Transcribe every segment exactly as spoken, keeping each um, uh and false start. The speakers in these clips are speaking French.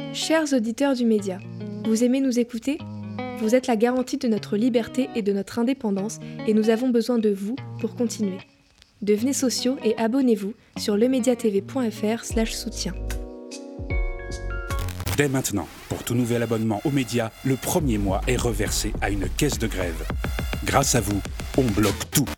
Chers auditeurs du média, vous aimez nous écouter ? Vous êtes la garantie de notre liberté et de notre indépendance et nous avons besoin de vous pour continuer. Devenez sociaux et abonnez-vous sur lemediatv point fr slash soutien. Dès maintenant, pour tout nouvel abonnement aux médias, le premier mois est reversé à une caisse de grève. Grâce à vous, on bloque tout.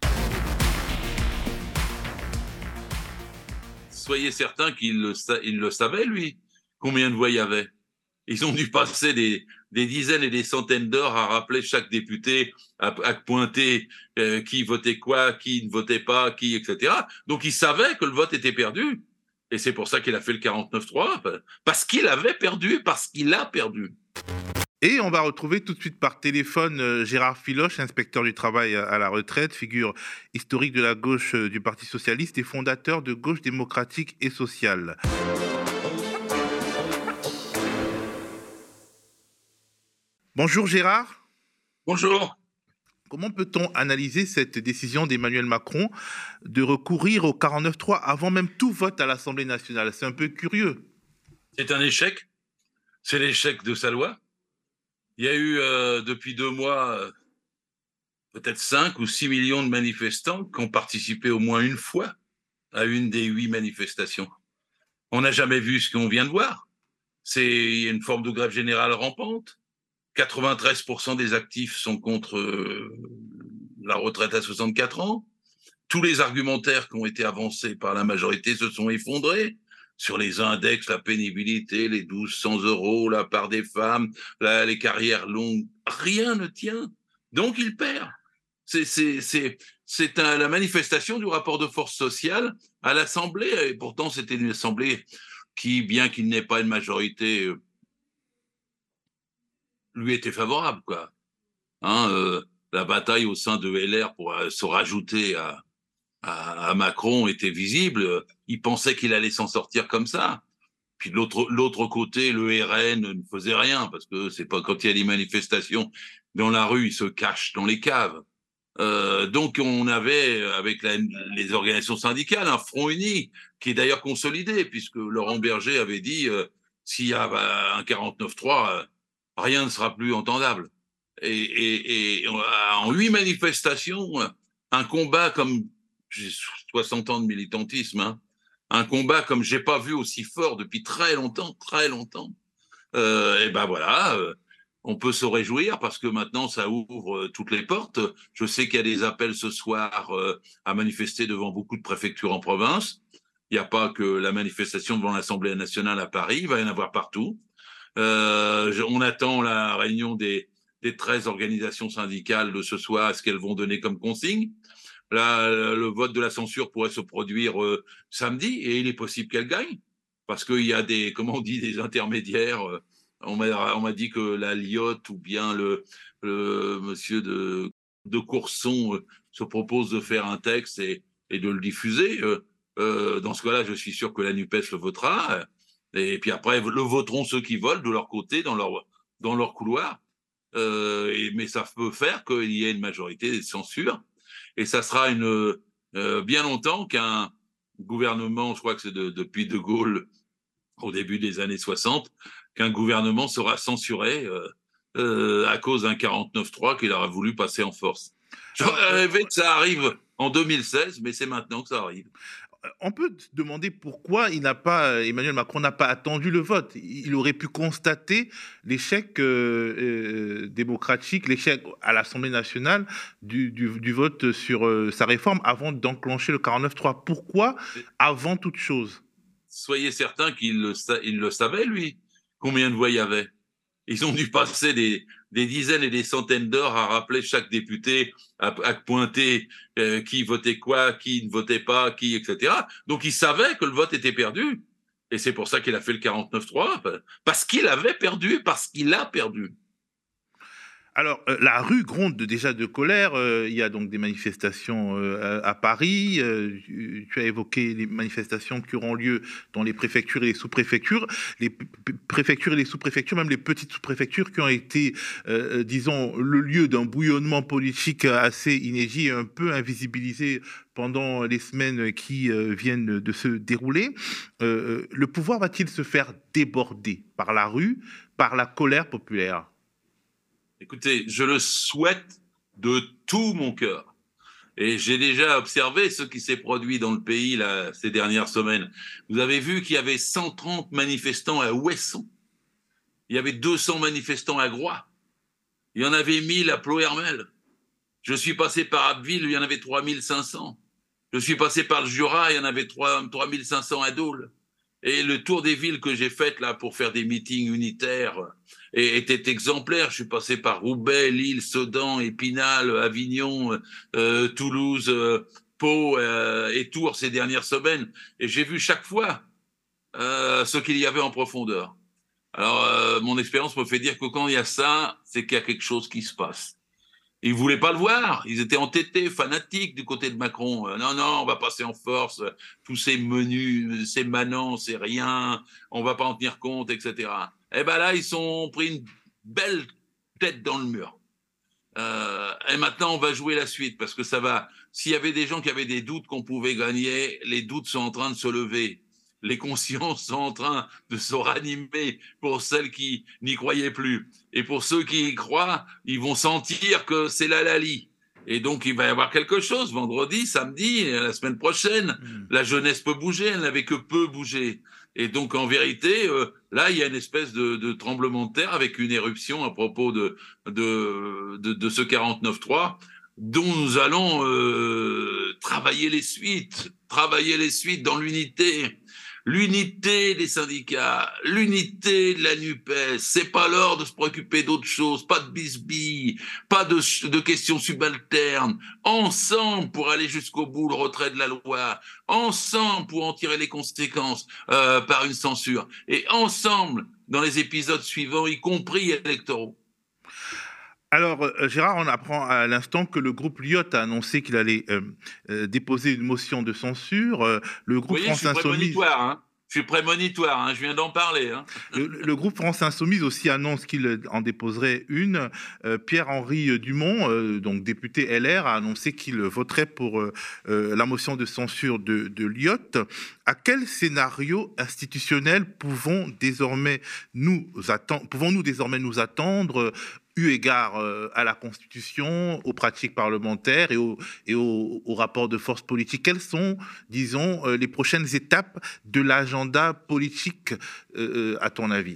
Soyez certain qu'il le, sa- il le savait, lui, combien de voix il y avait. Ils ont dû passer des, des dizaines et des centaines d'heures à rappeler chaque député, à, à pointer euh, qui votait quoi, qui ne votait pas, qui, et cetera. Donc, il savait que le vote était perdu. Et c'est pour ça qu'il a fait le quarante-neuf trois, parce qu'il avait perdu, parce qu'il a perdu. Et on va retrouver tout de suite par téléphone euh, Gérard Filoche, inspecteur du travail à la retraite, figure historique de la gauche euh, du Parti socialiste et fondateur de Gauche démocratique et sociale. Bonjour Gérard. Bonjour. Comment peut-on analyser cette décision d'Emmanuel Macron de recourir au quarante-neuf trois avant même tout vote à l'Assemblée nationale ? C'est un peu curieux. C'est un échec. C'est l'échec de sa loi. Il y a eu, euh, depuis deux mois, euh, peut-être cinq ou six millions de manifestants qui ont participé au moins une fois à une des huit manifestations. On n'a jamais vu ce qu'on vient de voir. C'est il y a une forme de grève générale rampante. quatre-vingt-treize pour cent des actifs sont contre euh, la retraite à soixante-quatre ans. Tous les argumentaires qui ont été avancés par la majorité se sont effondrés sur les index, la pénibilité, les mille deux cents euros, la part des femmes, la, les carrières longues. Rien ne tient. Donc, il perd. C'est, c'est, c'est, c'est un, la manifestation du rapport de force sociale à l'Assemblée. Et pourtant, c'était une Assemblée qui, bien qu'il n'ait pas une majorité, euh, lui était favorable, quoi. Hein, euh, la bataille au sein de L R pour euh, se rajouter à, à, à Macron était visible. Il pensait qu'il allait s'en sortir comme ça. Puis de l'autre, l'autre côté, le R N ne faisait rien parce que c'est pas quand il y a des manifestations dans la rue, ils se cachent dans les caves. Euh, donc on avait avec la, les organisations syndicales un front uni qui est d'ailleurs consolidé puisque Laurent Berger avait dit euh, s'il y a bah, un quarante-neuf trois, euh, rien ne sera plus entendable. Et, et, et en huit manifestations, un combat comme j'ai soixante ans de militantisme, hein, un combat comme j'ai pas vu aussi fort depuis très longtemps, très longtemps. Euh, et ben voilà, euh, on peut se réjouir parce que maintenant ça ouvre euh, toutes les portes. Je sais qu'il y a des appels ce soir euh, à manifester devant beaucoup de préfectures en province. Il n'y a pas que la manifestation devant l'Assemblée nationale à Paris, il va y en avoir partout. Euh, je, on attend la réunion des, des treize organisations syndicales de ce soir, à ce qu'elles vont donner comme consigne. Là, le vote de la censure pourrait se produire euh, samedi et il est possible qu'elle gagne parce qu'il y a des, comment on dit, des intermédiaires. Euh, on m'a, on m'a dit que la Lyotte ou bien le, le monsieur de, de Courson euh, se propose de faire un texte et, et de le diffuser. Euh, euh, dans ce cas-là, je suis sûr que la NUPES le votera. Et puis après, le voteront ceux qui veulent de leur côté, dans leur, dans leur couloir. Euh, et, mais ça peut faire qu'il y ait une majorité de censure. Et ça sera une, euh, bien longtemps qu'un gouvernement, je crois que c'est de, depuis De Gaulle, au début des années soixante, qu'un gouvernement sera censuré euh, euh, à cause d'un quarante-neuf trois qu'il aura voulu passer en force. J'aurais rêvé que ça arrive en deux mille seize, mais c'est maintenant que ça arrive. On peut se demander pourquoi il n'a pas, Emmanuel Macron n'a pas attendu le vote. Il aurait pu constater l'échec euh, euh, démocratique, l'échec à l'Assemblée nationale du, du, du vote sur euh, sa réforme avant d'enclencher le quarante-neuf trois. Pourquoi avant toute chose ? Soyez certain qu'il le, sa- il le savait, lui, combien de voix il y avait. Ils ont dû passer des, des dizaines et des centaines d'heures à rappeler chaque député, à, à pointer euh, qui votait quoi, qui ne votait pas, qui, et cetera. Donc, il savait que le vote était perdu. Et c'est pour ça qu'il a fait le quarante-neuf trois, parce qu'il avait perdu, parce qu'il a perdu. Alors, euh, la rue gronde déjà de colère. Euh, il y a donc des manifestations euh, à, à Paris. Euh, tu, tu as évoqué les manifestations qui auront lieu dans les préfectures et les sous-préfectures. Les p- p- préfectures et les sous-préfectures, même les petites sous-préfectures qui ont été, euh, disons, le lieu d'un bouillonnement politique assez inédit et un peu invisibilisé pendant les semaines qui euh, viennent de se dérouler. Euh, le pouvoir va-t-il se faire déborder par la rue, par la colère populaire? Écoutez, je le souhaite de tout mon cœur. Et j'ai déjà observé ce qui s'est produit dans le pays là, ces dernières semaines. Vous avez vu qu'il y avait cent trente manifestants à Ouessant. Il y avait deux cents manifestants à Groix. Il y en avait mille à Ploërmel. Je suis passé par Abbeville, il y en avait trois mille cinq cents. Je suis passé par le Jura, il y en avait trois mille cinq cents à Dole. Et le tour des villes que j'ai fait là pour faire des meetings unitaires était exemplaire. Je suis passé par Roubaix, Lille, Sedan, Épinal, Avignon, euh, Toulouse, euh, Pau euh, et Tours ces dernières semaines. Et j'ai vu chaque fois euh, ce qu'il y avait en profondeur. Alors, euh, mon expérience me fait dire que quand il y a ça, c'est qu'il y a quelque chose qui se passe. Ils voulaient pas le voir. Ils étaient entêtés, fanatiques du côté de Macron. Euh, non, non, on va passer en force. Tous ces menus, ces manants, c'est rien. On va pas en tenir compte, et cetera. Et ben là, ils ont pris une belle tête dans le mur. Euh, et maintenant, on va jouer la suite parce que ça va. S'il y avait des gens qui avaient des doutes qu'on pouvait gagner, les doutes sont en train de se lever. Les consciences sont en train de se ranimer pour celles qui n'y croyaient plus. Et pour ceux qui y croient, ils vont sentir que c'est la Lali. Et donc, il va y avoir quelque chose vendredi, samedi, la semaine prochaine. Mmh. La jeunesse peut bouger, elle n'avait que peu bougé. Et donc, en vérité, euh, là, il y a une espèce de, de tremblement de terre avec une éruption à propos de, de, de, de ce quarante-neuf trois dont nous allons euh, travailler les suites, travailler les suites dans l'unité. L'unité des syndicats, l'unité de la NUPES, c'est pas l'heure de se préoccuper d'autre chose, pas de bisbilles, pas de, de questions subalternes, ensemble pour aller jusqu'au bout le retrait de la loi, ensemble pour en tirer les conséquences euh, par une censure, et ensemble dans les épisodes suivants, y compris électoraux. Alors, euh, Gérard, on apprend à l'instant que le groupe Lyot a annoncé qu'il allait euh, euh, déposer une motion de censure. Euh, le groupe Vous voyez, France Insoumise... prémonitoire, hein je suis prémonitoire, hein, je viens d'en parler. Hein. Le, le groupe France Insoumise aussi annonce qu'il en déposerait une. Euh, Pierre-Henri Dumont, euh, donc député L R, a annoncé qu'il voterait pour euh, la motion de censure de, de Lyot. À quel scénario institutionnel pouvons désormais nous attendre, pouvons-nous désormais nous attendre eu égard euh, à la Constitution, aux pratiques parlementaires et au, et au, au rapport de force politique? Quelles sont, disons, euh, les prochaines étapes de l'agenda politique, euh, à ton avis?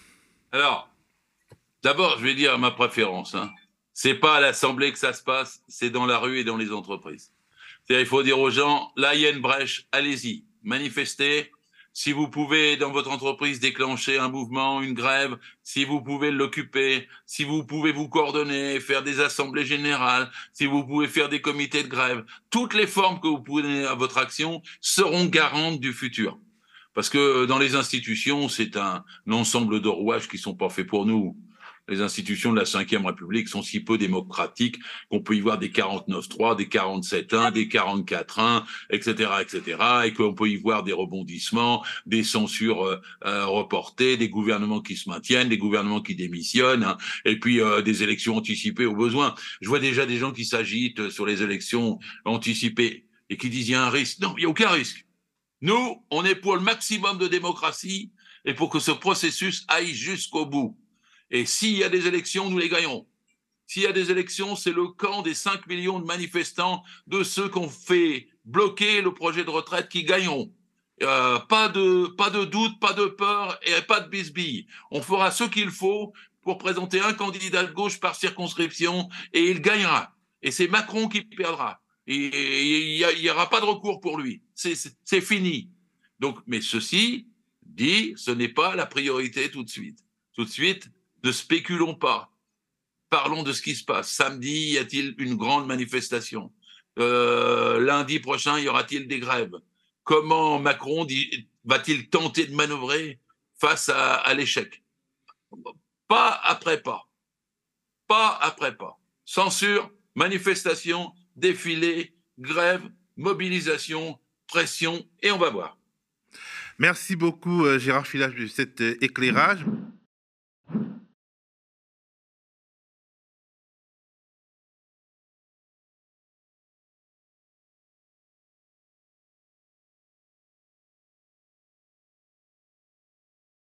Alors, d'abord, je vais dire ma préférence. Hein. C'est pas à l'Assemblée que ça se passe, c'est dans la rue et dans les entreprises. C'est-à-dire, il faut dire aux gens, là, il y a une brèche, allez-y, manifestez. Si vous pouvez, dans votre entreprise, déclencher un mouvement, une grève, si vous pouvez l'occuper, si vous pouvez vous coordonner, faire des assemblées générales, si vous pouvez faire des comités de grève, toutes les formes que vous pouvez donner à votre action seront garantes du futur. Parce que dans les institutions, c'est un, un ensemble de rouages qui sont pas faits pour nous. Les institutions de la cinquième République sont si peu démocratiques qu'on peut y voir des quarante-neuf trois, des quarante-sept un, des quarante-quatre un, et cetera, et cetera, et qu'on peut y voir des rebondissements, des censures euh, euh, reportées, des gouvernements qui se maintiennent, des gouvernements qui démissionnent, hein, et puis euh, des élections anticipées au besoin. Je vois déjà des gens qui s'agitent sur les élections anticipées et qui disent il y a un risque. Non, il n'y a aucun risque. Nous, on est pour le maximum de démocratie et pour que ce processus aille jusqu'au bout. Et s'il y a des élections, nous les gagnons. S'il y a des élections, c'est le camp des cinq millions de manifestants, de ceux qui ont fait bloquer le projet de retraite qui gagneront. Euh, pas de, pas de doute, pas de peur et pas de bisbille. On fera ce qu'il faut pour présenter un candidat de gauche par circonscription et il gagnera. Et c'est Macron qui perdra. Et il n'y aura pas de recours pour lui. C'est, c'est, c'est fini. Donc, mais ceci dit, ce n'est pas la priorité tout de suite. Tout de suite, ne spéculons pas. Parlons de ce qui se passe. Samedi, y a-t-il une grande manifestation? euh, Lundi prochain, y aura-t-il des grèves? Comment Macron dit, va-t-il tenter de manœuvrer face à, à l'échec? Pas après pas. pas après pas. Censure, manifestation, défilé, grève, mobilisation, pression, et on va voir. Merci beaucoup, euh, Gérard Filage, de cet euh, éclairage.